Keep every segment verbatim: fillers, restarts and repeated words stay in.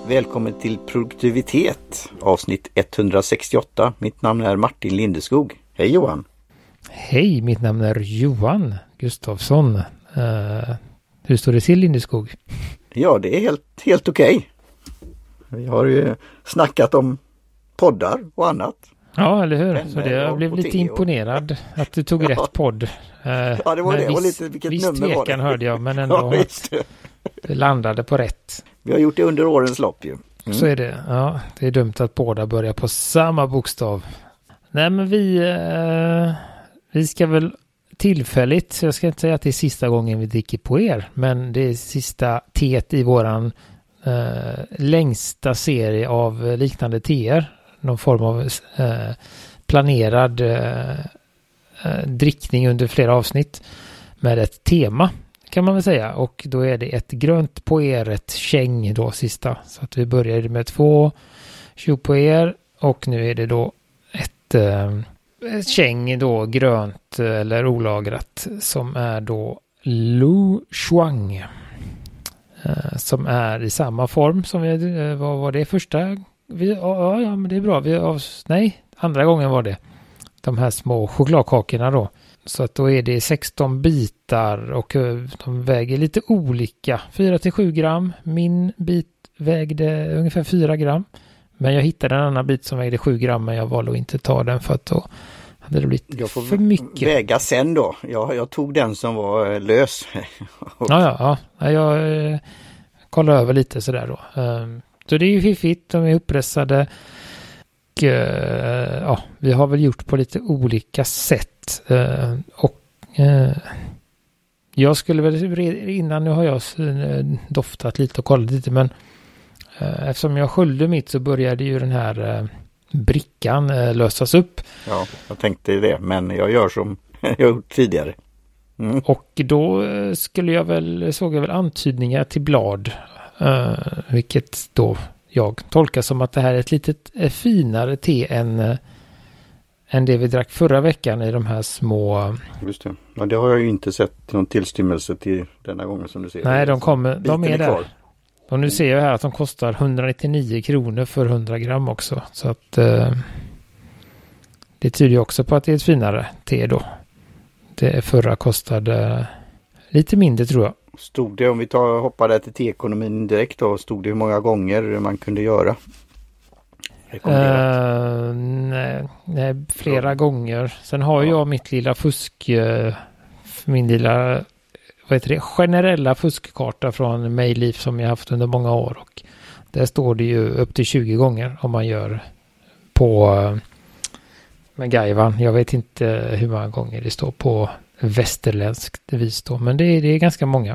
Välkommen till Produktivitet, avsnitt etthundrasextioåtta. Mitt namn är Martin Lindeskog. Hej Johan! Hej, mitt namn är Johan Gustafsson. Uh, hur står det till Lindeskog? Ja, det är helt, helt okej. Vi har ju snackat om poddar och annat. Ja, eller hur? Pennor, så det, jag blev lite imponerad och... att du tog ja. rätt podd. Uh, ja, det var det. Viss, och lite, vilket viss nummer var det? hörde jag, men ändå ja, att det landade på rätt. Vi har gjort det under årens lopp ju. Mm. Så är det. Ja, det är dumt att båda börjar på samma bokstav. Nej, men vi, uh, vi ska väl tillfälligt, jag ska inte säga att det är sista gången vi dricker på er, men det är sista teet i våran uh, längsta serie av liknande teer. Någon form av uh, planerad uh, uh, drickning under flera avsnitt med ett tema, kan man väl säga. Och då är det ett grönt på er, ett käng då sista. Så att vi började med två tjo på er och nu är det då ett, uh, ett käng då grönt eller olagrat som är då Lu Shuang. Uh, som är i samma form som vi, uh, vad var det första? Vi, ja, ja, men det är bra. Vi av, nej, andra gången var det de här små chokladkakorna då. Så att då är det sexton bitar och de väger lite olika. fyra till sju gram. Min bit vägde ungefär fyra gram. Men jag hittade en annan bit som vägde sju gram, men jag valde att inte ta den för att då hade det blivit jag får för mycket. Väga sen då. Jag, jag tog den som var lös. ja, ja, ja. Jag eh, kollar över lite sådär då. Um, så det är ju fiffigt. De är uppressade. Och, uh, ja, vi har väl gjort på lite olika sätt. Uh, och uh, jag skulle väl innan, nu har jag uh, doftat lite och kollat lite, men uh, eftersom jag sköljde mitt så började ju den här uh, brickan uh, lösas upp. Ja, jag tänkte det, men jag gör som jag gjort tidigare. Mm. Och då uh, skulle jag väl, såg jag väl antydningar till blad. Uh, vilket då jag tolkar som att det här är ett litet uh, finare te än, uh, än det vi drack förra veckan i de här små... Just det. Ja, det har jag ju inte sett någon tillstymmelse till denna gången som du ser. Nej, de, kommer, de är, är där. Kvar. Och nu ser jag här att de kostar etthundranittionio kronor för hundra gram också. Så att uh, det tyder ju också på att det är ett finare te då. Det förra kostade lite mindre, tror jag. Stod det, om vi tar, hoppade till teekonomin direkt då, stod det hur många gånger man kunde göra? Uh, nej, nej, flera ja. gånger. Sen har ja. jag mitt lilla fusk, uh, min lilla, vad heter det, generella fuskkarta från Mayleaf som jag haft under många år. Och där står det ju upp till tjugo gånger om man gör på uh, MacGyvern. Jag vet inte hur många gånger det står på västerländskt vis då, men det är, det är ganska många.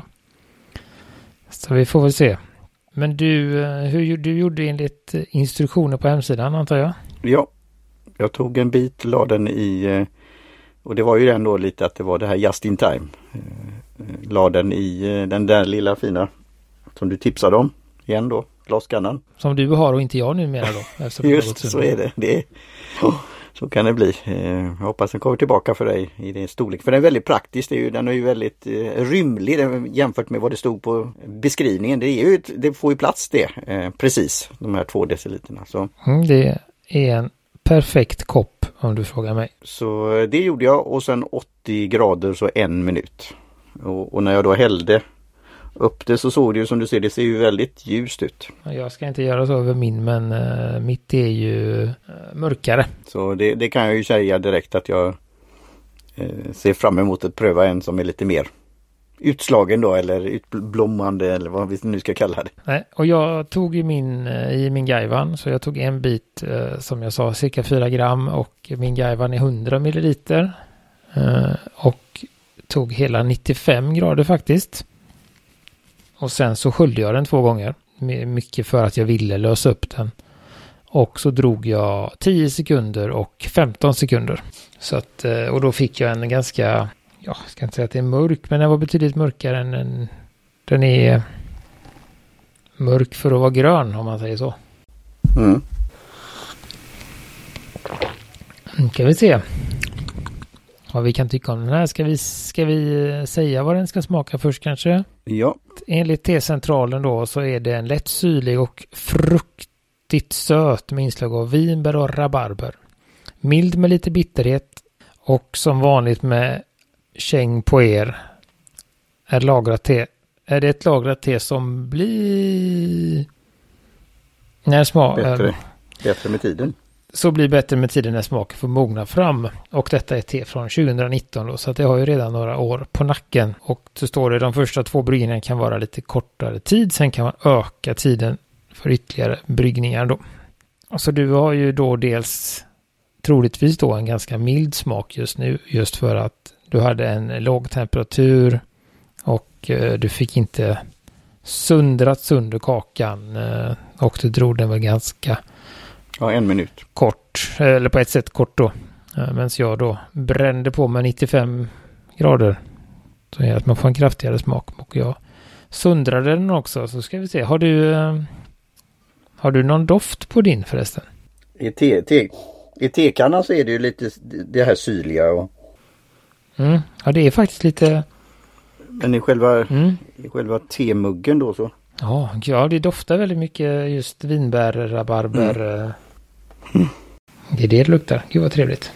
Så vi får väl se. Men du, hur du gjorde enligt instruktioner på hemsidan, antar jag? Ja, jag tog en bit, la den i, och det var ju ändå lite att det var det här just in time. La den i den där lilla fina som du tipsade om, igen då, glaskannan. Som du har och inte jag numera då. Just så är det. det är, oh, så kan det bli. Jag hoppas den kommer tillbaka för dig i din storlek. För den är väldigt praktisk, det är ju, den är ju väldigt eh, rymlig jämfört med vad det stod på beskrivningen. Det, är ju, det får ju plats det, eh, precis, de här två deciliterna. Så. Mm, det är en perfekt kopp om du frågar mig. Så det gjorde jag, och sen åttio grader så en minut. Och, och när jag då hällde upp det så såg det ju, som du ser, det ser ju väldigt ljust ut. Jag ska inte göra så över min, men uh, mitt är ju uh, mörkare. Så det, det kan jag ju säga direkt att jag uh, ser fram emot att pröva en som är lite mer utslagen då, eller utblommande, eller vad vi nu ska kalla det. Nej, och jag tog ju min uh, i min Gaiwan, så jag tog en bit uh, som jag sa, cirka fyra gram, och min Gaiwan är hundra milliliter uh, och tog hela nittiofem grader faktiskt. Och sen så sköljde jag den två gånger. Mycket för att jag ville lösa upp den. Och så drog jag tio sekunder och femton sekunder. Så att, och då fick jag en ganska, ja, jag ska inte säga att det är mörk, men den var betydligt mörkare än en, den är mörk för att vara grön, om man säger så. Mm. Kan vi se. vad vi kan tycka om den här. Ska vi, ska vi säga vad den ska smaka först kanske? Ja. Enligt Tecentralen då så är det en lätt syrlig och fruktigt söt med inslag av vinbär och rabarber. Mild med lite bitterhet och som vanligt med Cheng Puer är lagrat te. Är det ett lagrat te som blir när smak bättre, bättre med tiden? Så blir bättre med tiden när smaken får mogna fram. Och detta är te från tjugonitton då, så att det har ju redan några år på nacken. Och så står det de första två bryggningarna kan vara lite kortare tid. Sen kan man öka tiden för ytterligare bryggningar då. Och så du har ju då dels troligtvis då en ganska mild smak just nu. Just för att du hade en låg temperatur och eh, du fick inte sundrat sönder kakan. Eh, och du drog den väl ganska... Ja, en minut. Kort, eller på ett sätt kort då. Medan jag då brände på med nittiofem grader. Så är det att man får en kraftigare smak. Och jag sundrade den också. Så ska vi se. Har du, har du någon doft på din förresten? I, te, te, i tekannan så är det ju lite det här syrliga. Och... Mm, ja, det är faktiskt lite... Men i själva, mm. i själva temuggen då så... Ja, ja, det doftar väldigt mycket just vinbär, rabarber. Mm. Mm. Det är det det luktar. Gud vad trevligt.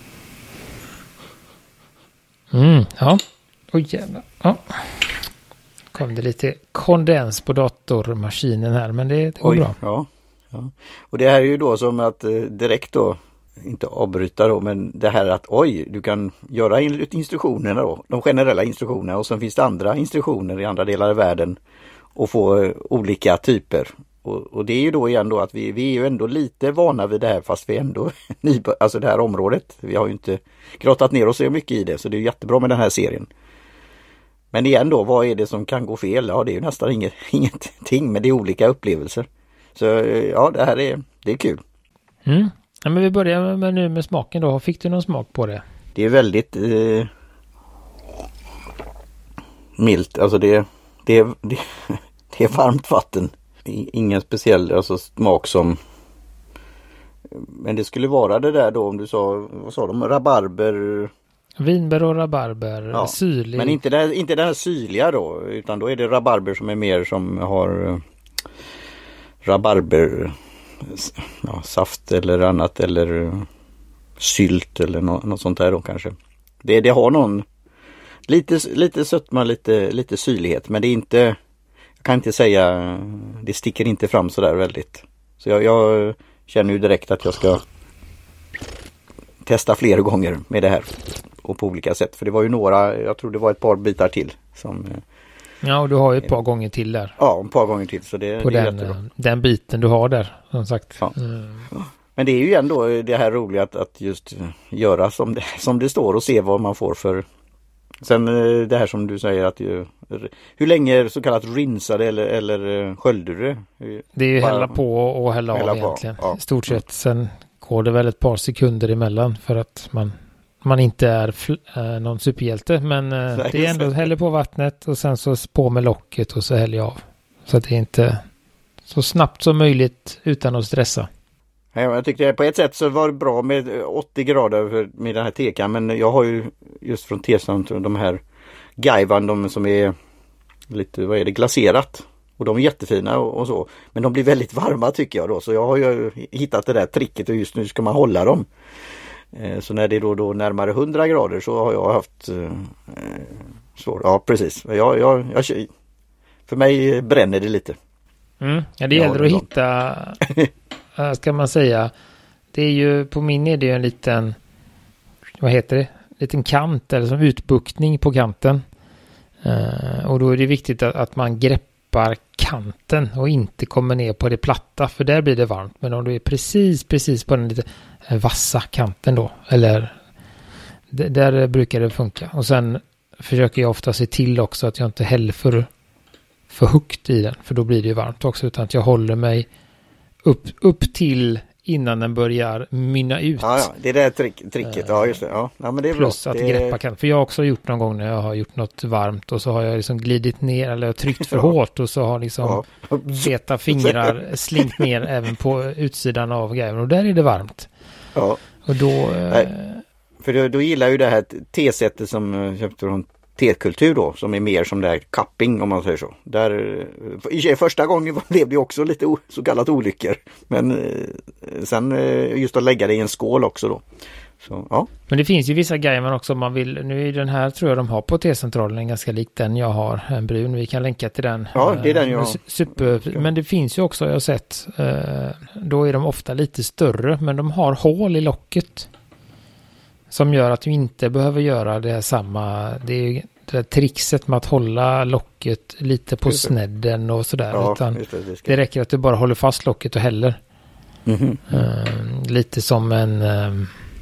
Mm, ja. Oj jävlar. Ja. Kom det lite kondens på datormaskinen här, men det, det går Oj, bra. Ja, ja. Och det här är ju då som att eh, direkt då, inte avbryta då, men det här att oj, du kan göra instruktionerna då, de generella instruktionerna och sen finns det andra instruktioner i andra delar av världen och få eh, olika typer. Och, och det är ju då igen då att vi, vi är ju ändå lite vana vid det här fast vi ändå, alltså det här området, vi har ju inte grottat ner oss så mycket i det, så det är jättebra med den här serien. Men igen då, vad är det som kan gå fel? Ja, det är ju nästan inget, ingenting, men det är olika upplevelser. Så ja, det här är, det är kul. Mm. Ja, men vi börjar med, nu med smaken då. Fick du någon smak på det? Det är väldigt eh, milt, alltså det, det, det, det är varmt vatten. Ingen speciell alltså, smak som... Men det skulle vara det där då om du sa, vad sa de, rabarber... Vinbär och rabarber, ja, syrlig. Men inte det, inte det här syrliga då, utan då är det rabarber som är mer som har uh, rabarber ja, saft eller annat eller uh, sylt eller no, något sånt där då kanske. Det, det har någon lite, lite sötma, lite, lite syrlighet, men det är inte, jag kan inte säga, det sticker inte fram så där väldigt. Så jag, jag känner ju direkt att jag ska testa flera gånger med det här. Och på olika sätt. För det var ju några, jag tror det var ett par bitar till. Som, ja, och du har ju ett par gånger till där. Ja, ett par gånger till. Så det, på det är den, jättebra. Den biten du har där, som sagt. Ja. Mm. Men det är ju ändå det här roliga att, att just göra som det, som det står och se vad man får för... Sen det här som du säger att ju, hur länge så kallat rinsade eller, eller sköljde du det? Det är ju Bara, hälla på och hälla, hälla av på. Egentligen. Ja. I stort sett. Sen går det väl ett par sekunder emellan för att man... man inte är fl- äh, någon superhjälte, men äh, Nej, det är ändå häller på vattnet och sen så på med locket och så häller jag av. Så att det är inte så snabbt som möjligt utan att stressa. Ja, jag tyckte på ett sätt så var det bra med åttio grader med den här tekan, men jag har ju just från Tecentralen de här Gaiwan, de som är lite, vad är det, glaserat. Och de är jättefina och, och så. Men de blir väldigt varma tycker jag då, så jag har ju hittat det där tricket och just nu ska man hålla dem. Så när det är då, då närmare hundra grader så har jag haft eh, svårt. Ja, precis. Jag, jag, jag, för mig bränner det lite. Mm. Ja, det gäller att hitta, ska man säga, det är ju, på min är det ju en liten, vad heter det? Liten kant eller som utbuktning på kanten. Uh, och då är det viktigt att, att man greppar kanten och inte kommer ner på det platta, för där blir det varmt. Men om du är precis, precis på den lite vassa kanten då, eller d- där brukar det funka. Och sen försöker jag ofta se till också att jag inte häller för, för högt i den, för då blir det ju varmt också, utan att jag håller mig upp, upp till innan den börjar mynna ut. Ja, ja, det är det trick, tricket. Ja, just det. Ja, ja, men det är plus bra. att det... greppa kanten. För jag har också gjort någon gång när jag har gjort något varmt och så har jag liksom glidit ner eller tryckt för ja. hårt och så har liksom ja. feta fingrar slinkt ner även på utsidan av grejen. Och där är det varmt. Ja. Och då... Nej. För då, då gillar ju det här tesättet som jag köpte från tekultur då, som är mer som det här cupping om man säger så. Där, i första gången blev det också lite o, så kallat olyckor. Men sen just att lägga det i en skål också då. Så, ja. Men det finns ju vissa grejer man också om man vill. Nu är den här tror jag de har på T-centralen ganska lik den jag har. En brun. Vi kan länka till den. Ja, det är den jag har. Super, men det finns ju också, jag har sett, då är de ofta lite större. Men de har hål i locket. Som gör att du inte behöver göra det samma. Det är ju det trixet med att hålla locket lite på snedden och sådär. Ja, utan det, det, det räcker att du bara håller fast locket och häller. Mm-hmm. Uh, lite som en... Uh,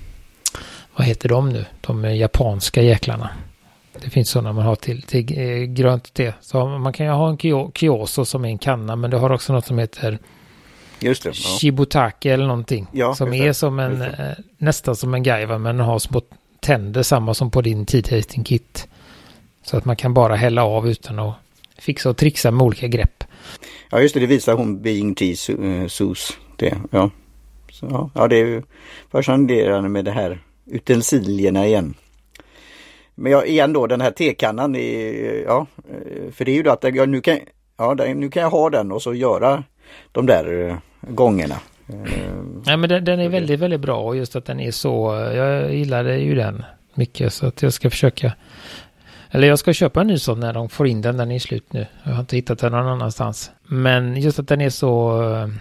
vad heter de nu? De japanska jäklarna. Det finns sådana man har till, till eh, grönt te. Så man kan ju ha en kyo, kyoso som är en kanna. Men det har också något som heter just det, ja. Shibutake eller någonting. Ja, som är som en, eh, nästan som en gaiva. Men har små tänder samma som på din Tea-tasting kit. Så att man kan bara hälla av utan att fixa och trixa med olika grepp. Ja just det, det visar hon Being Tea uh, Sus. Det, ja. Så, ja. ja, det är ju fascinerande med det här utensilierna igen. Men jag, igen då, den här tekannan är, ja, för det är ju då att jag nu kan, ja, nu kan jag ha den och så göra de där gångerna. Ja, men den, den är väldigt, väldigt bra och just att den är så, jag gillade ju den mycket så att jag ska försöka, eller jag ska köpa en ny sån när de får in den, den är slut nu. Jag har inte hittat den någon annanstans. Men just att den är så,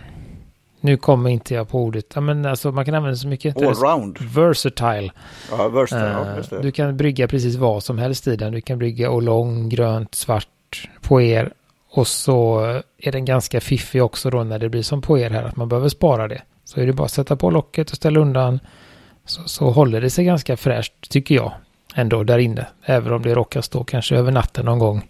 nu kommer inte jag på ordet. Ja, men alltså man kan använda så mycket. Allround. Versatile. Ja, versatile. Ja, just det. Du kan brygga precis vad som helst i den. Du kan brygga oolong, grönt, svart, poer. Och så är den ganska fiffig också då när det blir som poer här. Att man behöver spara det. Så är det bara att sätta på locket och ställa undan. Så, så håller det sig ganska fräscht tycker jag. Ändå där inne. Även om det råkar stå kanske över natten någon gång.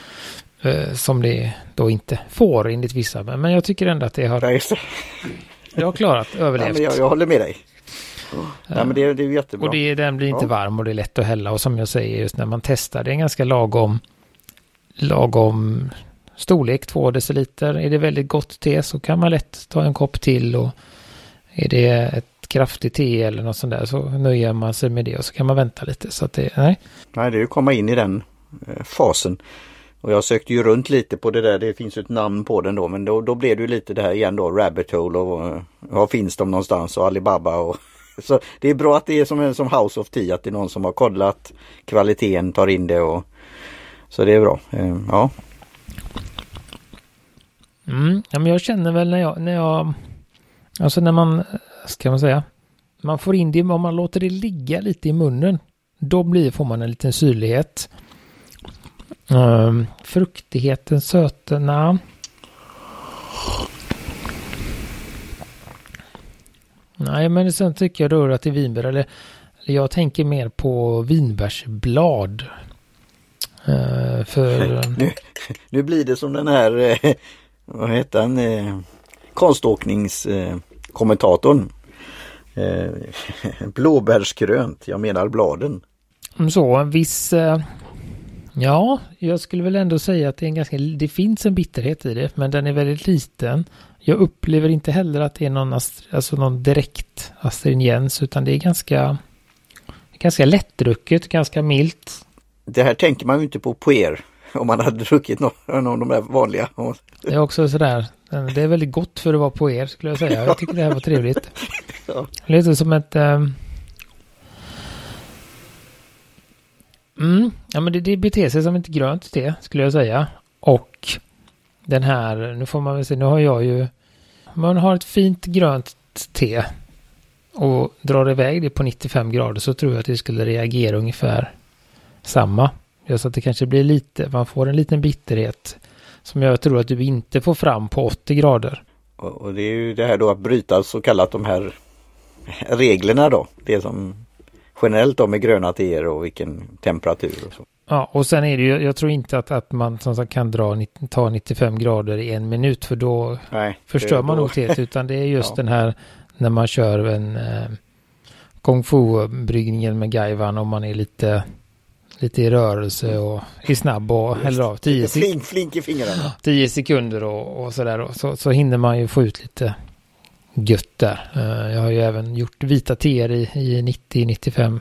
Uh, som det då inte får enligt vissa. Men, men jag tycker ändå att det har, ja, just det. Jag har klarat, överlevt. Ja, men jag, jag håller med dig. Oh. Ja, ja, men det, det är jättebra. Och det, den blir inte ja. varm och det är lätt att hälla. Och som jag säger just när man testar, det är en ganska lagom lagom storlek, två deciliter. Är det väldigt gott te så kan man lätt ta en kopp till. Och är det ett kraftigt te eller något sånt där så nöjer man sig med det och så kan man vänta lite. Så att det, nej. Nej, det är ju att komma in i den eh, fasen. Och jag sökte ju runt lite på det där, det finns ju ett namn på den då, men då, då blev det ju lite det här igen då, Rabbit Hole och var finns de någonstans och Alibaba och så det är bra att det är som en som House of Tea, att det är någon som har kollat kvaliteten, tar in det och så det är bra, ja. Mm, ja men jag känner väl när jag, när jag alltså när man, ska man säga, man får in det, om man låter det ligga lite i munnen, då blir, får man en liten syrlighet. Um, fruktigheten, söterna. Nej, men sen tycker jag då att det är vinbär, eller, eller jag tänker mer på vinbärsblad. Uh, för nu, nu blir det som den här eh, vad heter han eh, konståkningskommentatorn eh, eh, blåbärsgrönt, jag menar bladen. Så en viss eh, ja, jag skulle väl ändå säga att det är en ganska, det finns en bitterhet i det, men den är väldigt liten. Jag upplever inte heller att det är någon, alltså någon direkt astringens, utan det är ganska ganska lättdrucket, ganska milt. Det här tänker man ju inte på på er om man hade druckit någon av de här vanliga. Det är också sådär, det är väldigt gott för att vara på er skulle jag säga. Jag tycker det här var trevligt. Ja. Lite som ett um, Mm, ja men det, det beter sig som ett grönt te skulle jag säga. Och den här, nu får man väl se, nu har jag ju, man har ett fint grönt te och drar iväg det på nittiofem grader så tror jag att det skulle reagera ungefär samma. Så att det kanske blir lite, man får en liten bitterhet som jag tror att du inte får fram på åttio grader. Och, och det är ju det här då att bryta så kallat de här reglerna då, det som generellt då med gröna teer och vilken temperatur och så. Ja, och sen är det ju, jag tror inte att, att man som sagt kan dra, ta nittiofem grader i en minut för då Nej, förstör man då. nog teet, utan det är just ja. den här när man kör en eh, kung fu-bryggningen med gaivan och man är lite lite i rörelse och är snabb och häller av tio, flink, flink i fingrarna. tio sekunder och, och sådär och så, så hinner man ju få ut lite gött där. Uh, jag har ju även gjort vita teer i, i nittio till nittiofem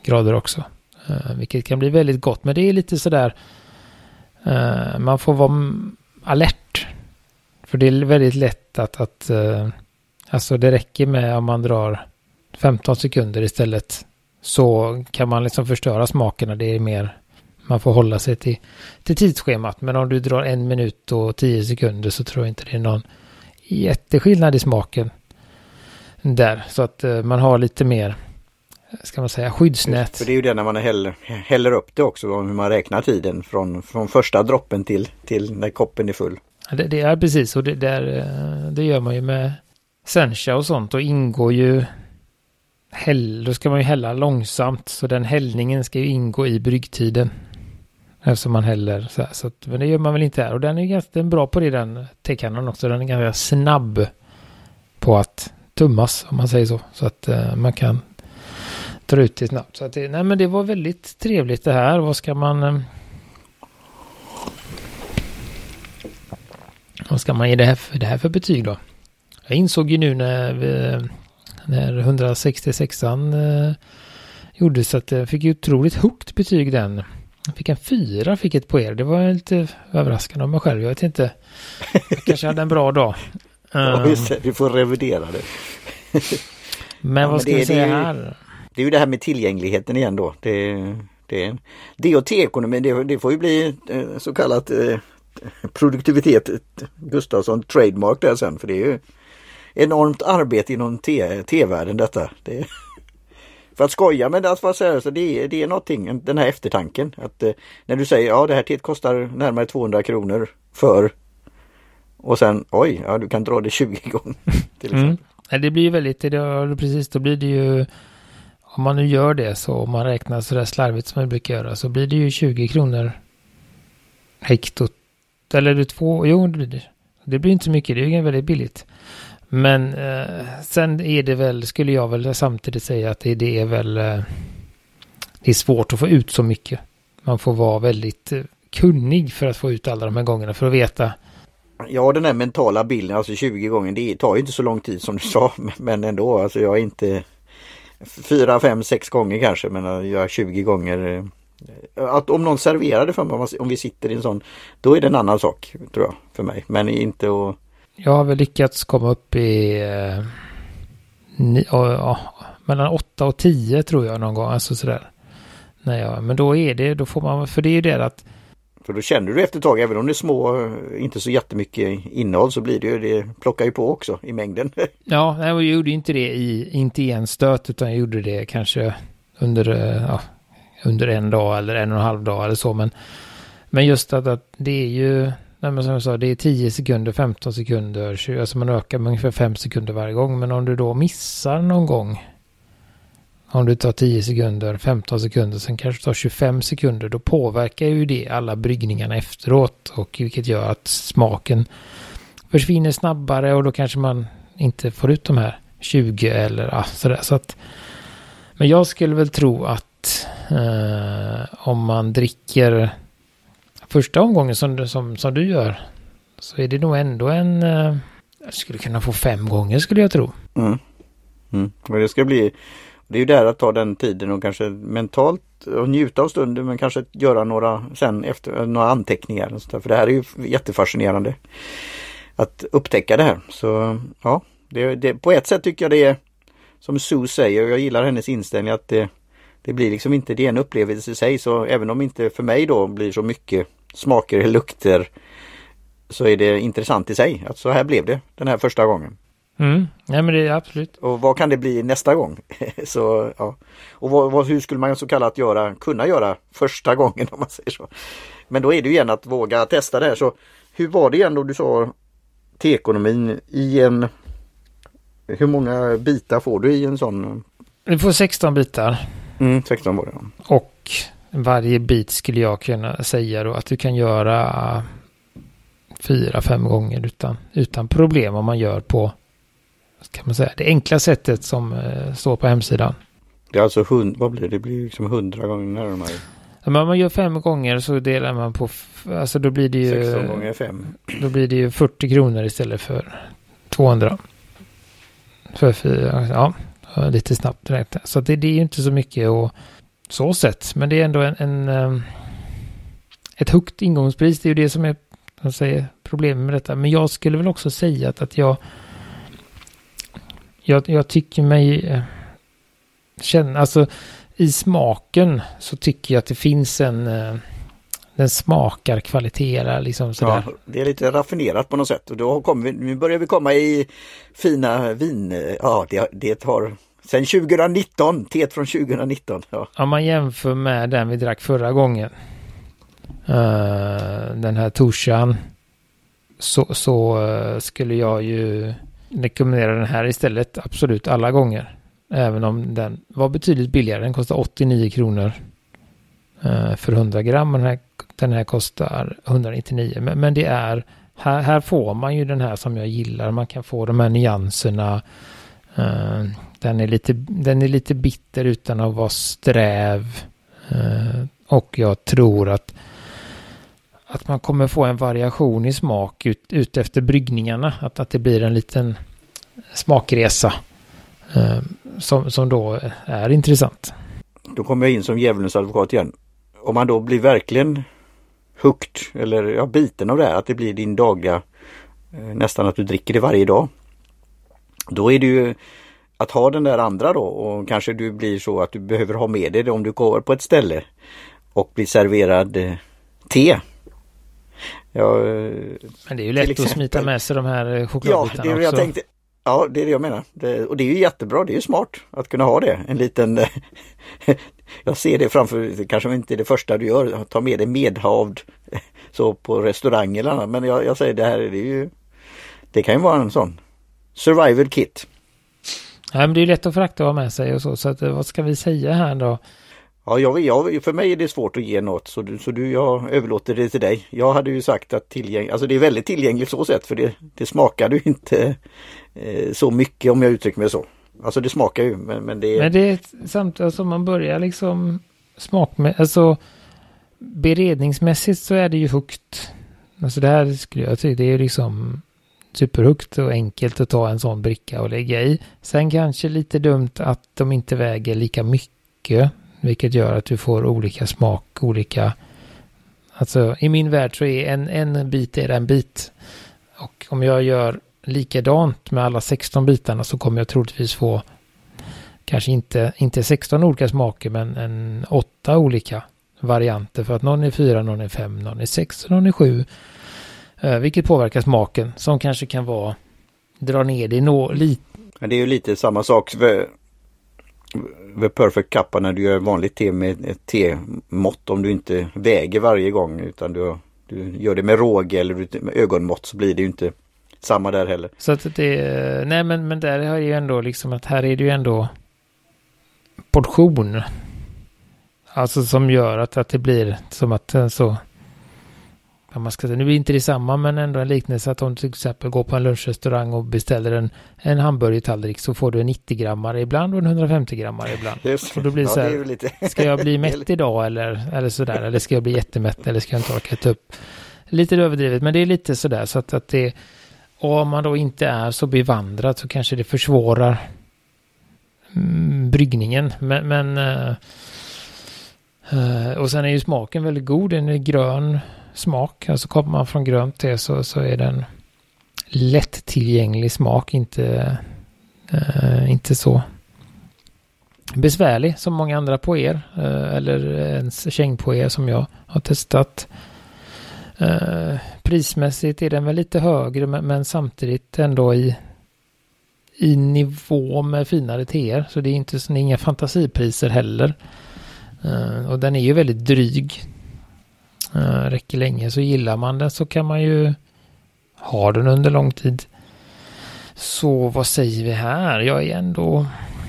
grader också. Uh, vilket kan bli väldigt gott. Men det är lite sådär, uh, man får vara alert. För det är väldigt lätt att, att uh, alltså det räcker med om man drar femton sekunder istället, så kan man liksom förstöra smakerna. Det är mer, man får hålla sig till, till tidsschemat. Men om du drar en minut och tio sekunder så tror jag inte det är någon jätteskillnad i smaken där. Så att uh, man har lite mer, ska man säga, skyddsnät. För det är ju det när man häller, häller upp det också, hur man räknar tiden från, från första droppen till, till när koppen är full. Det, det är precis, och det, där, det gör man ju med sencha och sånt, och ingår ju häll, då ska man ju hälla långsamt, så den hällningen ska ju ingå i bryggtiden eftersom man häller så här, så att, men det gör man väl inte här, och den är ganska bra på det, den tekannan också, den är ganska snabb på att tummas, om man säger så, så att uh, man kan dra ut det snabbt. Så att det, nej men det var väldigt trevligt det här. Vad ska man uh, vad ska man ge det här för, det här för betyg då? Jag insåg ju nu när vi, när etthundrasextiosex an uh, gjordes att jag fick ju otroligt högt betyg den. Jag fick en fyra, fick ett på er. Det var lite överraskande av mig själv. Jag vet inte. Jag kanske hade en bra dag. Ja, just det. Du får revidera det. Men ja, vad ska jag säga det, här? Det är ju det här med tillgängligheten igen då. Det, det, det och T-ekonomin, det, det får ju bli så kallat eh, produktivitet, Gustafsson trademark där sen. För det är ju enormt arbete inom te, te-världen detta. Det, för att skoja, men alltså, säga, så det, det är någonting, den här eftertanken. Att eh, när du säger, ja det här teet kostar närmare tvåhundra kronor för, och sen, oj, ja du kan dra det tjugo gånger till exempel. Mm. Det blir ju väldigt, det, precis, då blir det ju, om man nu gör det så, om man räknar så där slarvigt som man brukar göra, så blir det ju tjugo kronor hektot, eller det två, jo det blir det. Det blir inte så mycket, det är ju väldigt billigt. Men eh, sen är det väl, skulle jag väl samtidigt säga att det, det är väl, eh, det är svårt att få ut så mycket. Man får vara väldigt eh, kunnig för att få ut alla de här gångerna, för att veta. Ja, den här mentala bilden, alltså tjugo gånger, det tar ju inte så lång tid som du sa, men ändå, alltså jag är inte fyra, fem, sex gånger kanske, men jag gör tjugo gånger. Att om någon serverar det för mig, om vi sitter i en sån, då är det en annan sak, tror jag, för mig. Men inte att... Jag har väl lyckats komma upp i eh, ni, och, ja, mellan åtta och tio tror jag någon gång, alltså sådär. Nej, ja, men då är det, då får man, för det är ju det att för då känner du efter ett tag, även om det är små, inte så jättemycket innehåll, så blir det ju, det plockar ju på också i mängden. Ja, nej, jag gjorde inte det i, inte i en stöt, utan jag gjorde det kanske under, ja, under en dag eller en och en halv dag eller så. Men, men just att, att det är ju, nej, men som jag sa, det är tio sekunder, femton sekunder, tjugo, alltså man ökar med ungefär fem sekunder varje gång. Men om du då missar någon gång, om du tar tio sekunder, femton sekunder, sen kanske tar tjugofem sekunder, då påverkar ju det alla bryggningarna efteråt, och vilket gör att smaken försvinner snabbare, och då kanske man inte får ut de här tjugo eller ja, sådär. Så att, men jag skulle väl tro att eh, om man dricker första omgången som, som, som du gör, så är det nog ändå en, eh, jag skulle kunna få fem gånger skulle jag tro. Mm. Mm. Och det ska bli, det är ju där att ta den tiden och kanske mentalt och njuta av stunden, men kanske göra några sen efter några anteckningar och så där, för det här är ju jättefascinerande att upptäcka det här. Så ja, det, det, på ett sätt tycker jag det är som Sue säger, och jag gillar hennes inställning att det, det blir liksom inte, det är en upplevelse i sig, så även om inte för mig då blir så mycket smaker eller lukter, så är det intressant i sig att så här blev det den här första gången. Mm. Ja, men det är absolut. Och vad kan det bli nästa gång? Så, ja. Och vad, vad, hur skulle man så kallat göra, kunna göra första gången, om man säger så. Men då är det ju igen att våga testa det här. Så hur var det igen då du sa te-ekonomin i en, hur många bitar får du i en sån? Du får sexton bitar. Mm, sexton var det. Och varje bit skulle jag kunna säga då att du kan göra fyra, fem gånger utan, utan problem, om man gör på, kan man säga, det enkla sättet som eh, står på hemsidan. Det är alltså hund, vad blir det? Det blir liksom hundra gånger närmare. Ja, men om man gör fem gånger så delar man på, alltså då blir det ju sexton gånger fem. Då blir det ju fyrtio kronor istället för tvåhundra. För fyra, ja, lite snabbt räkna. Så det, det är ju inte så mycket, och så sett. Men det är ändå en, en um, ett högt ingångspris. Det är ju det som är, jag säger, problemet med detta. Men jag skulle väl också säga att, att jag, jag jag tycker mig eh, känna, alltså i smaken så tycker jag att det finns en eh, den smakar kvaliteter liksom sådär. Ja, det är lite raffinerat på något sätt och då kommer vi, nu börjar vi komma i fina vin, ja det, det har sen tjugonitton, teet från tjugonitton. Ja. Om man jämför med den vi drack förra gången, uh, den här Toshan, så, så uh, skulle jag ju rekommendera den här istället absolut alla gånger. Även om den var betydligt billigare, den kostar åttionio kronor uh, för hundra gram och den här, den här kostar etthundranittionio. Men, men det är, här, här får man ju den här som jag gillar, man kan få de här nyanserna. Uh, den är lite den är lite bitter utan att vara sträv. Uh, och jag tror att att man kommer få en variation i smak ut, ut efter bryggningarna. Att, att det blir en liten smakresa uh, som, som då är intressant. Då kommer jag in som djävulens advokat igen. Om man då blir verkligen hooked eller ja, biten av det här, att det blir din dagliga, uh, nästan att du dricker det varje dag. Då är det ju att ha den där andra då och kanske du blir så att du behöver ha med dig det om du går på ett ställe och blir serverad eh, te. Ja, men det är ju lätt exempel att smita med sig de här chokladbitarna. Ja, det är det jag tänkte. Ja, det är det jag menar. Det, och det är ju jättebra, det är ju smart att kunna ha det. En liten, jag ser det framför, kanske inte det första du gör, ta med dig medhavd så på restaurang eller annat. Men jag, jag säger det här, det är ju, det kan ju vara en sån survival kit. Ja, men det är lätt att frakta ha med sig och så. Så att, vad ska vi säga här då? Ja, jag, jag, för mig är det svårt att ge något. Så, du, så du, jag överlåter det till dig. Jag hade ju sagt att tillgäng, alltså det är väldigt tillgängligt så sätt. För det, det smakar ju inte eh, så mycket om jag uttrycker mig så. Alltså det smakar ju. Men, men det är... Men det är samtidigt som man börjar liksom smak med, alltså beredningsmässigt så är det ju högt. Alltså det här skulle jag tycka, det är ju liksom superhögt och enkelt att ta en sån bricka och lägga i. Sen kanske lite dumt att de inte väger lika mycket, vilket gör att du får olika smak, olika, alltså i min värld så är en, en bit är en bit. Och om jag gör likadant med alla sexton bitarna så kommer jag troligtvis få kanske inte, inte sexton olika smaker men en åtta olika varianter, för att någon är fyra, någon är fem, någon är sex och någon är sju. Uh, vilket påverkar smaken som kanske kan vara dra ner det nå, lite. Men det är ju lite samma sak med, med Perfect Cup när du gör vanligt te med ett te-mått. Om du inte väger varje gång utan du, du gör det med råge eller med ögonmått så blir det ju inte samma där heller. Så att det, nej men, men där har ju ändå liksom att här är det ju ändå portion. Alltså som gör att, att det blir som att så man ska säga, nu är inte det samma men ändå en liknelse att om du till exempel går på en lunchrestaurang och beställer en, en hamburgertallrik så får du en nittio grammare ibland och en hundrafemtio grammare ibland. Just, och då blir det så här, ja, det lite... ska jag bli mätt idag eller, eller sådär, eller ska jag bli jättemätt eller ska jag inte orka ta upp? Lite överdrivet, men det är lite sådär så att, att det, och om man då inte är så bevandrad så kanske det försvårar mm, bryggningen, men, men uh, uh, och sen är ju smaken väldigt god, den är grön smak, alltså kommer man från grönt te så, så är den lätt tillgänglig smak, inte uh, inte så besvärlig som många andra på er uh, eller ens käng på er som jag har testat. Uh, prismässigt är den väl lite högre men, men samtidigt ändå i i nivå med finare teer, så det är inte så, det är inga fantasipriser heller. Uh, och den är ju väldigt dryg. Uh, räcker länge, så gillar man den så kan man ju ha den under lång tid. Så vad säger vi här? Jag är ändå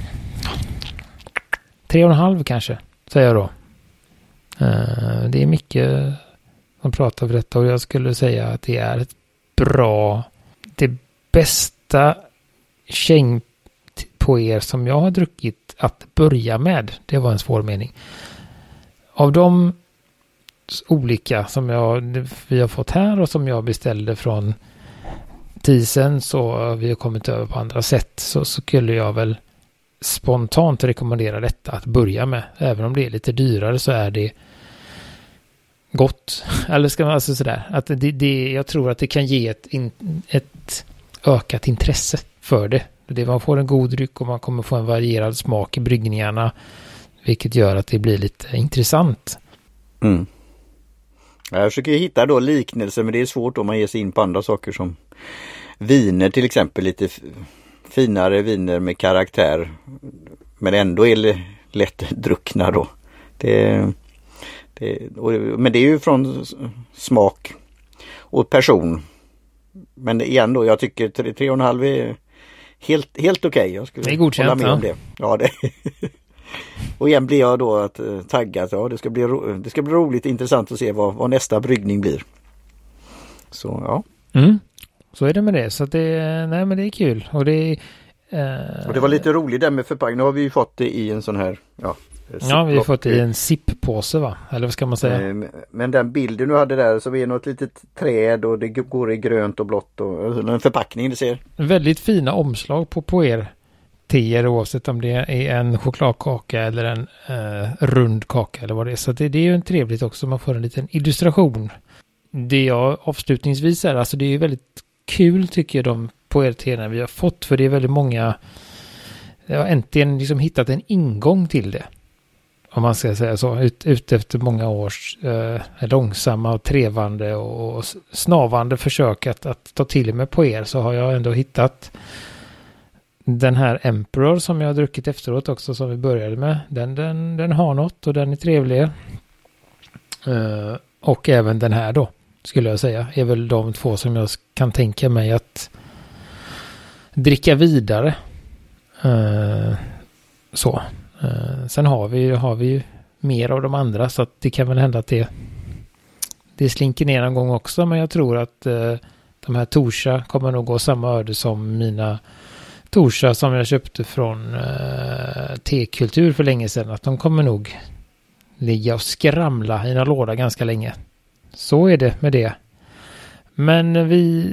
tre och en halv kanske, säger jag då. Uh, det är mycket som pratar för detta och jag skulle säga att det är ett bra, det bästa käng på er som jag har druckit att börja med. Det var en svår mening. Av de olika som jag, vi har fått här och som jag beställde från Tisen, så vi har kommit över på andra sätt, så, så skulle jag väl spontant rekommendera detta att börja med. Även om det är lite dyrare så är det gott. Eller ska man alltså sådär. Att det, det, jag tror att det kan ge ett, in, ett ökat intresse för det. det. Man får en god dryck och man kommer få en varierad smak i bryggningarna. Vilket gör att det blir lite intressant. Mm. Jag försöker hitta då liknelser, men det är svårt om man ger sig in på andra saker som viner till exempel. Lite finare viner med karaktär. Men ändå är lätt druckna då. Det, det, och, men det är ju från smak och person. Men igen då, jag tycker tre, tre och en halv är helt, helt okej. Okay. Jag skulle det är godkänt, hålla med ja. om det. Ja, det och igen blir jag då att uh, tagga att ja, det ska bli ro- det ska bli roligt intressant att se vad, vad nästa bryggning blir. Så ja. Mm. Så är det med det. Så att det, nej, men det är kul. Och det, uh... och det var lite roligt där med förpackning. Nu har vi ju fått det i en sån här ja, ja, vi har fått det i en zip-påse, va? Eller vad ska man säga? Men den bilden du hade där så är något litet träd och det går i grönt och blått och en förpackning, det ser. Väldigt fina omslag på, på er teer, oavsett om det är en chokladkaka eller en eh, rund kaka eller vad det är. Så det, det är ju en trevligt också. Man får en liten illustration. Det jag avslutningsvis är, alltså det är ju väldigt kul tycker jag de på er teerna vi har fått, för det är väldigt många, jag har äntligen liksom hittat en ingång till det. Om man ska säga så, ut, ut efter många års eh, långsamma och trevande och snavande försök att, att ta till mig på er, så har jag ändå hittat den här Emperor som jag har druckit efteråt också, som vi började med. Den, den, den har något och den är trevlig. Uh, och även den här då, skulle jag säga, är väl de två som jag kan tänka mig att dricka vidare. Uh, så. Uh, sen har vi, har vi ju mer av de andra, så att det kan väl hända att det, det slinker ner en gång också. Men jag tror att uh, de här Torsa kommer nog gå samma öde som mina Torsa som jag köpte från uh, T-kultur för länge sedan. Att de kommer nog ligga och skramla i en låda ganska länge. Så är det med det. Men vi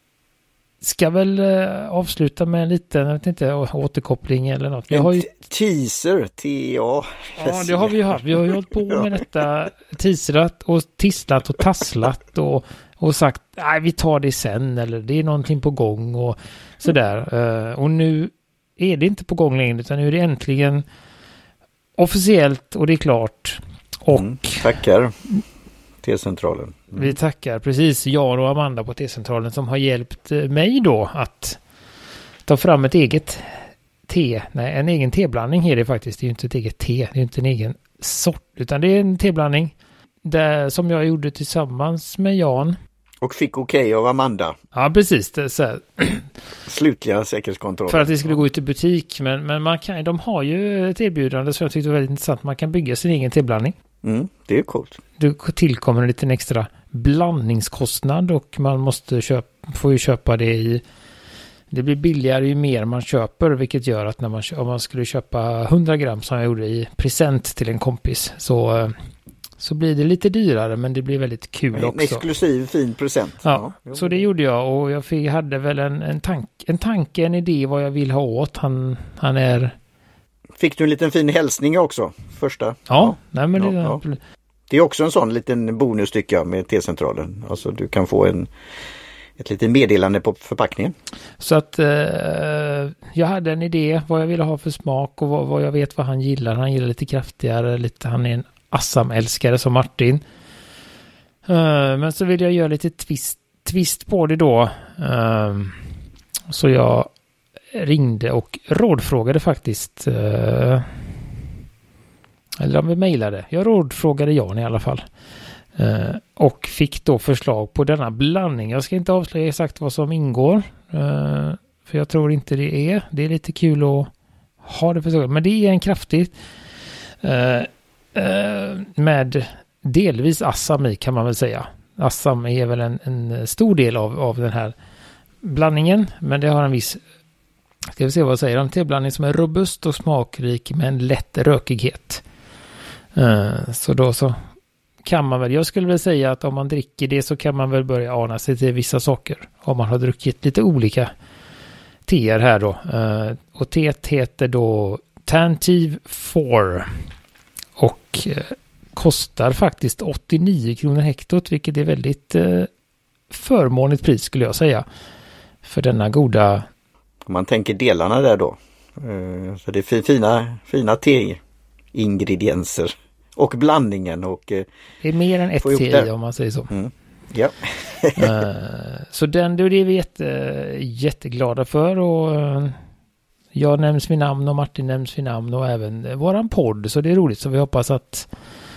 ska väl uh, avsluta med en liten, jag vet inte, återkoppling eller något. Vi en har ju... teaser, T A. Ja, det har vi ju haft. Vi har ju hållit på med detta, teaserat och tisslat och tasslat och, och sagt, nej vi tar det sen, eller det är någonting på gång och sådär. Uh, och nu är det inte på gång längre, utan nu är det äntligen officiellt och det är klart. Och mm, tackar T-centralen. Mm. Vi tackar precis jag och Amanda på T-centralen som har hjälpt mig då att ta fram ett eget te. Nej, en egen teblandning är det faktiskt. Det är ju inte ett eget te. Det är inte en egen sort, utan det är en teblandning där, som jag gjorde tillsammans med Jan. Och fick okej okay av Amanda. Ja, precis. Det, så här. Slutliga säkerhetskontroll. För att det skulle gå ut i butik. Men, men man kan, de har ju ett erbjudande som jag tyckte var väldigt intressant. Man kan bygga sin egen teblandning. Mm, det är coolt. Det tillkommer en liten extra blandningskostnad och man måste köpa, får ju köpa det i, det blir billigare ju mer man köper, vilket gör att när man, om man skulle köpa hundra gram som jag gjorde i present till en kompis, så, så blir det lite dyrare, men det blir väldigt kul en också. En exklusiv fin present. Ja, ja, så det gjorde jag och jag fick, hade väl en, en, tank, en tanke, en idé vad jag vill ha åt. Han, han är... Fick du en liten fin hälsning också? Första? Ja, ja. Nej, men det, ja, ja. Det är också en sån liten bonus tycker jag med T-centralen. Alltså du kan få en, ett litet meddelande på förpackningen. Så att eh, jag hade en idé vad jag ville ha för smak och vad, vad jag vet vad han gillar. Han gillar lite kraftigare, lite, han är en Assam-älskare som Martin. Eh, men så vill jag göra lite twist, twist på det då. Eh, så jag ringde och rådfrågade faktiskt, eh, eller om vi mejlade. Jag rådfrågade Jan i alla fall. Eh, och fick då förslag på denna blandning. Jag ska inte avslöja exakt vad som ingår. Eh, för jag tror inte det är. Det är lite kul att ha det förslaget. Men det är en kraftig eh, eh, med delvis Assam i, kan man väl säga. Assam är väl en, en stor del av, av den här blandningen. Men det har en viss, ska vi se vad jag säger, en teblandning som är robust och smakrik med en lätt rökighet. Uh, så då så kan man väl, jag skulle väl säga att om man dricker det så kan man väl börja ana sig till vissa saker. Om man har druckit lite olika teer här då. Uh, och teet heter då Tantive fyra. Och uh, kostar faktiskt åttionio kronor hektot, vilket är väldigt uh, förmånligt pris skulle jag säga. För denna goda... Om man tänker delarna där då. Uh, så det är fina, fina te-ingredienser. Och blandningen. Och, uh, det är mer än ett te i om man säger så. Mm. Ja. uh, så den, det är vi jätte, jätteglada för. Och uh, jag nämns vid namn och Martin nämns vid namn. Och även uh, våran podd. Så det är roligt. Så vi hoppas att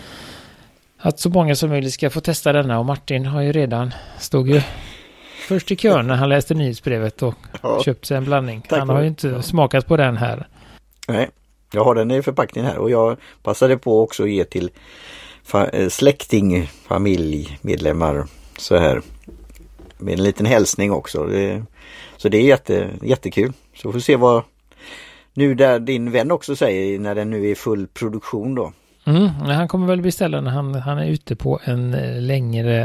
att så många som möjligt ska få testa denna. Och Martin har ju redan stod ju först i kön när han läste nyhetsbrevet och ja. köpt sig en blandning. Tack han har ju inte ja. smakat på den här. Nej, jag har den i förpackningen här. Och jag passade på också att ge till fa- släkting, familj, medlemmar så här. Med en liten hälsning också. Det, så det är jätte, jättekul. Så vi får se vad nu där din vän också säger när den nu är full produktion då. Mm, han kommer väl beställa när han, han är ute på en längre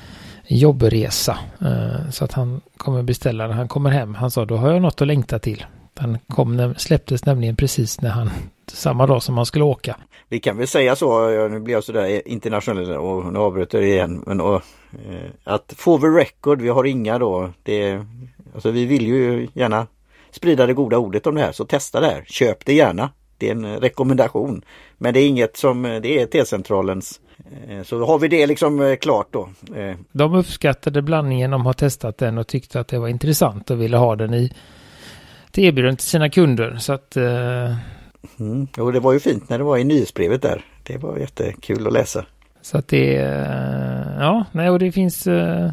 jobbresa. Uh, så att han kommer beställa när han kommer hem. Han sa, då har jag något att längta till. Han kom, släpptes nämligen precis när han, samma dag som han skulle åka. Vi kan väl säga så, nu blir jag sådär internationell och nu avbryter jag igen. Men och, eh, att få the record, vi har inga då. Det, alltså vi vill ju gärna sprida det goda ordet om det här. Så testa det här, köp det gärna. Det är en rekommendation. Men det är inget som, det är T-centralens. Så har vi det liksom klart då. De uppskattade blandningen, de har testat den och tyckte att det var intressant och ville ha den i till erbjudande till sina kunder. Så att... Uh... Mm. Och det var ju fint när det var i nyhetsbrevet där. Det var jättekul att läsa. Så att det... Uh, ja, nej, och det finns... Uh...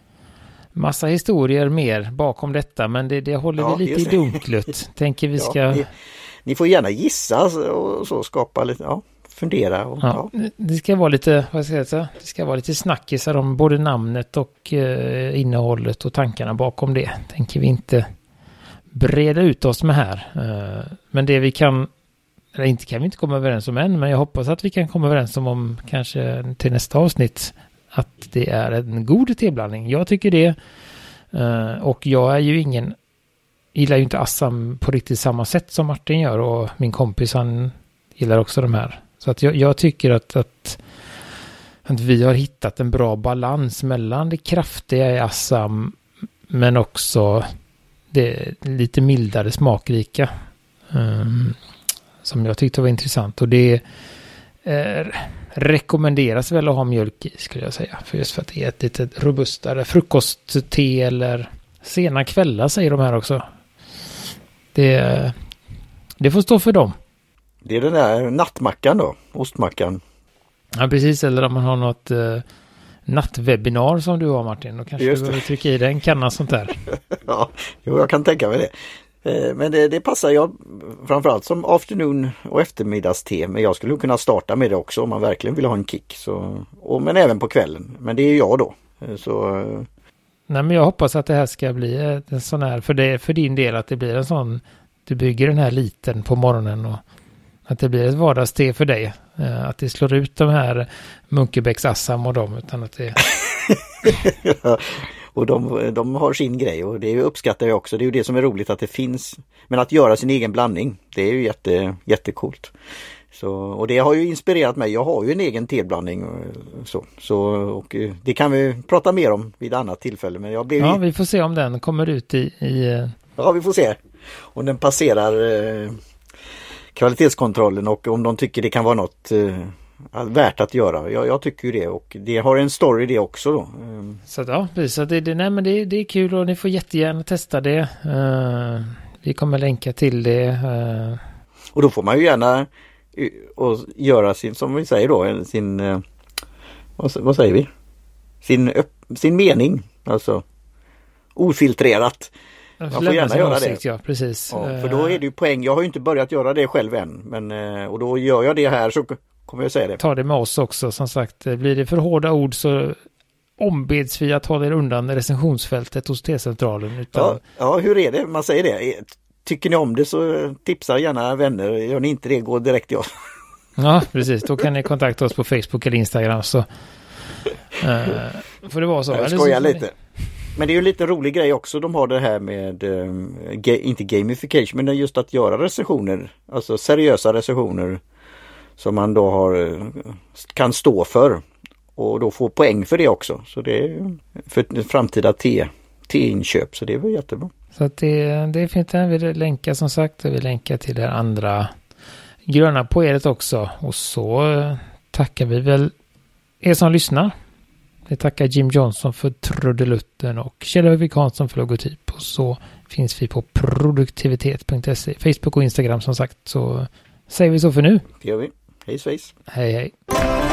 massa historier mer bakom detta, men det, det håller ja, vi lite i dunklet. Tänker vi ska... Ja, ni, ni får gärna gissa och så skapa lite, ja, fundera. Och, ja, ja. Det ska vara lite, vad ska jag säga, det ska vara lite snackisar om både namnet och eh, innehållet och tankarna bakom det. Tänker vi inte breda ut oss med här. Eh, men det vi kan, eller inte kan vi inte komma överens om än, men jag hoppas att vi kan komma överens om, om kanske till nästa avsnitt att det är en god teblandning. Jag tycker det. Uh, och jag är ju ingen, gillar ju inte Assam på riktigt samma sätt som Martin gör, och min kompis han gillar också de här. Så att jag, jag tycker att, att, att vi har hittat en bra balans mellan det kraftiga i Assam men också det lite mildare smakrika. Um, som jag tyckte var intressant. Och det är rekommenderas väl att ha mjölk i, skulle jag säga. För just för att det är ett lite robustare frukostte eller sena kvällar, säger de här också. Det, det får stå för dem. Det är den där nattmackan då, ostmackan. Ja, precis. Eller om man har något eh, nattwebinar som du har, Martin. Då kanske just du behöver trycka i den kanna sånt där. Ja, jo, jag kan tänka mig det. Men det, det passar jag framförallt som afternoon och eftermiddagste. Men jag skulle kunna starta med det också om man verkligen vill ha en kick. Så, och, men även på kvällen. Men det är jag då. Så... Nej, men jag hoppas att det här ska bli en sån här, för, det, för din del, att det blir en sån, du bygger den här liten på morgonen och att det blir ett vardagste för dig. Att det slår ut de här Munkebäcks Assam och dem, utan att det... Ja. Och de, de har sin grej och det uppskattar jag också. Det är ju det som är roligt att det finns. Men att göra sin egen blandning, det är ju jätte, jättekult. Så, och det har ju inspirerat mig. Jag har ju en egen teblandning. Och så, så, och det kan vi prata mer om vid annat tillfälle. Men jag blev ja, ju... vi får se om den kommer ut i... i... Ja, vi får se. Om den passerar eh, kvalitetskontrollen och om de tycker det kan vara något... Eh, värt att göra. Jag, jag tycker ju det, och det har en story det också då. Så ja, precis. Så det, det, nej, men det, det är kul och ni får jättegärna testa det. Uh, vi kommer länka till det. Uh. Och då får man ju gärna uh, och göra sin, som vi säger då, sin uh, vad, vad säger vi? Sin, uh, sin mening, alltså ofiltrerat. Man får gärna göra åsikt, det. Ja, precis. Ja, för då är det ju poäng. Jag har ju inte börjat göra det själv än, men, uh, och då gör jag det här så kommer jag säga det. Ta det med oss också, som sagt. Blir det för hårda ord så ombeds vi att hålla er undan recensionsfältet hos T-centralen. Utan... Ja, ja, hur är det? Man säger det. Tycker ni om det så tipsa gärna vänner. Gör ni inte det, gå direkt till oss. Ja, precis. Då kan ni kontakta oss på Facebook eller Instagram. Så uh, får det vara så. Jag skojar lite. Men det är ju en lite rolig grej också. De har det här med, eh, ga- inte gamification, men just att göra recensioner. Alltså seriösa recensioner som man då har, kan stå för. Och då få poäng för det också. Så det är för framtida te, te-inköp. Så det är väl jättebra. Så att det, det finns där. Vi länkar som sagt. Vi länkar till det andra gröna poeret också. Och så tackar vi väl er som lyssnar. Vi tackar Jim Johnson för trudelutten och Kjell Högvik Hansson för logotyp. Och så finns vi på produktivitet punkt se. Facebook och Instagram som sagt. Så säger vi så för nu. Det gör vi. Hej svejs. Hej hej.